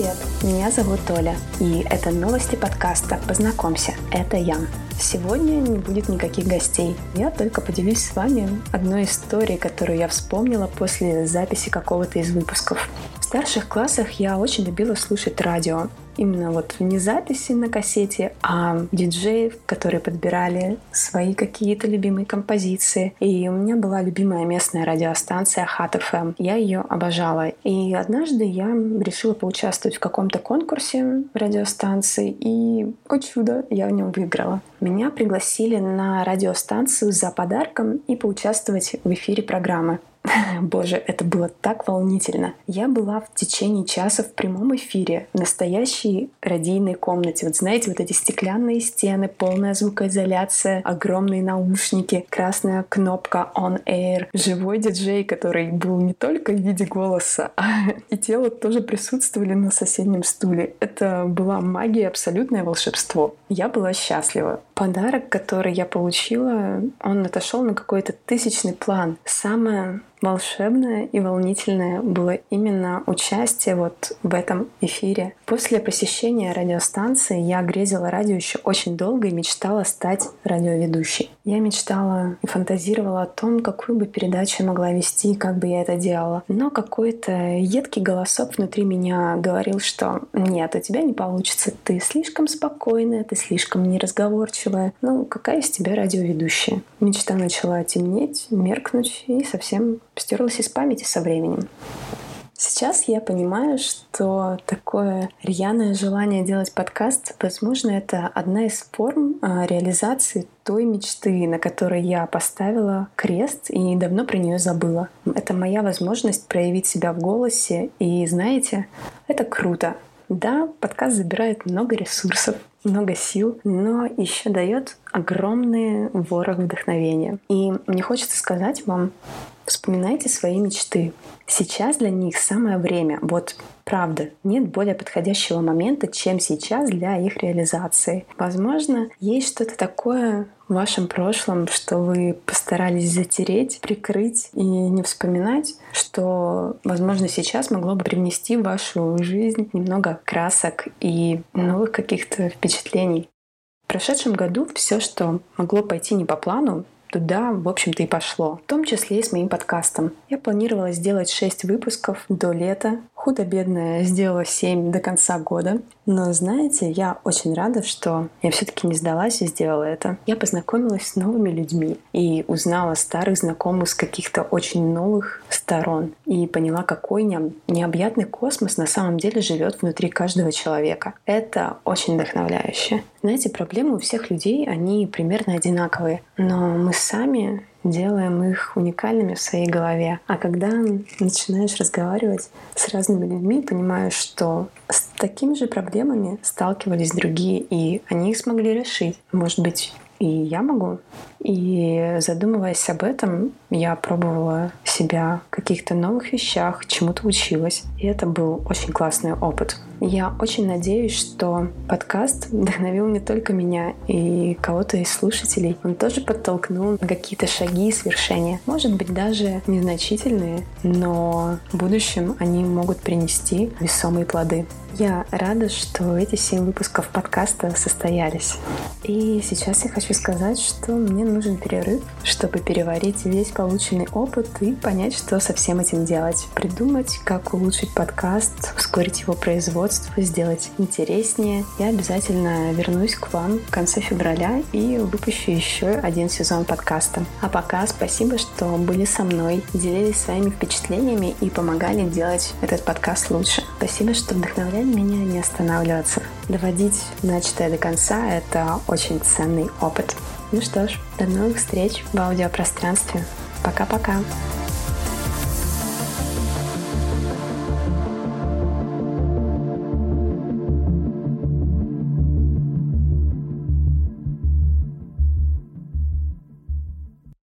Привет, меня зовут Оля, и это новости подкаста «Познакомься, это я». Сегодня не будет никаких гостей, я только поделюсь с вами одной историей, которую я вспомнила после записи какого-то из выпусков. В старших классах я очень любила слушать радио. Именно вот не записи на кассете, а диджеев, которые подбирали свои какие-то любимые композиции. И у меня была любимая местная радиостанция Hot FM. Я ее обожала. И однажды я решила поучаствовать в каком-то конкурсе радиостанции, и, о чудо, я в нем выиграла. Меня пригласили на радиостанцию за подарком и поучаствовать в эфире программы. Боже, это было так волнительно. Я была в течение часа в прямом эфире в настоящей радийной комнате. Вот знаете, вот эти стеклянные стены, полная звукоизоляция, огромные наушники, красная кнопка On Air, живой диджей, который был не только в виде голоса, и тело тоже присутствовали на соседнем стуле. Это была магия, абсолютное волшебство. Я была счастлива. Подарок, который я получила, он отошел на какой-то тысячный план. Самое волшебное и волнительное было именно участие вот в этом эфире. После посещения радиостанции я грезила радио еще очень долго и мечтала стать радиоведущей. Я мечтала и фантазировала о том, какую бы передачу я могла вести, как бы я это делала. Но какой-то едкий голосок внутри меня говорил, что нет, у тебя не получится, ты слишком спокойная, ты слишком неразговорчивая. Ну, какая из тебя радиоведущая? Мечта начала темнеть, меркнуть и совсем стерлась из памяти со временем. Сейчас я понимаю, что такое рьяное желание делать подкаст, возможно, это одна из форм реализации той мечты, на которой я поставила крест и давно про нее забыла. Это моя возможность проявить себя в голосе, и знаете, это круто. Да, подкаст забирает много ресурсов, много сил, но еще дает огромный ворох вдохновения. И мне хочется сказать вам, вспоминайте свои мечты. Сейчас для них самое время. Вот правда, нет более подходящего момента, чем сейчас для их реализации. Возможно, есть что-то такое в вашем прошлом, что вы постарались затереть, прикрыть и не вспоминать, что, возможно, сейчас могло бы привнести в вашу жизнь немного красок и новых каких-то впечатлений. В прошедшем году все, что могло пойти не по плану, туда, в общем-то, и пошло. В том числе и с моим подкастом. Я планировала сделать 6 выпусков до лета. Худо-бедно сделала 7 до конца года. Но, знаете, я очень рада, что я все-таки не сдалась и сделала это. Я познакомилась с новыми людьми и узнала старых знакомых с каких-то очень новых сторон. И поняла, какой необъятный космос на самом деле живет внутри каждого человека. Это очень вдохновляюще. Знаете, проблемы у всех людей, они примерно одинаковые. Но мы сами делаем их уникальными в своей голове. А когда начинаешь разговаривать с разными людьми, понимаешь, что с такими же проблемами сталкивались другие, и они их смогли решить. Может быть, и я могу. И задумываясь об этом, я пробовала себя в каких-то новых вещах, чему-то училась. И это был очень классный опыт. Я очень надеюсь, что подкаст вдохновил не только меня и кого-то из слушателей. Он тоже подтолкнул на какие-то шаги и свершения. Может быть, даже незначительные, но в будущем они могут принести весомые плоды. Я рада, что эти 7 выпусков подкаста состоялись. И сейчас я хочу сказать, что мне нужен перерыв, чтобы переварить весь полученный опыт и понять, что со всем этим делать. Придумать, как улучшить подкаст, ускорить его производство, сделать интереснее. Я обязательно вернусь к вам в конце февраля и выпущу еще один сезон подкаста. А пока спасибо, что были со мной, делились своими впечатлениями и помогали делать этот подкаст лучше. Спасибо, что вдохновляли меня не останавливаться. Доводить начатое до конца — это очень ценный опыт. Ну что ж, до новых встреч в аудиопространстве. Пока-пока!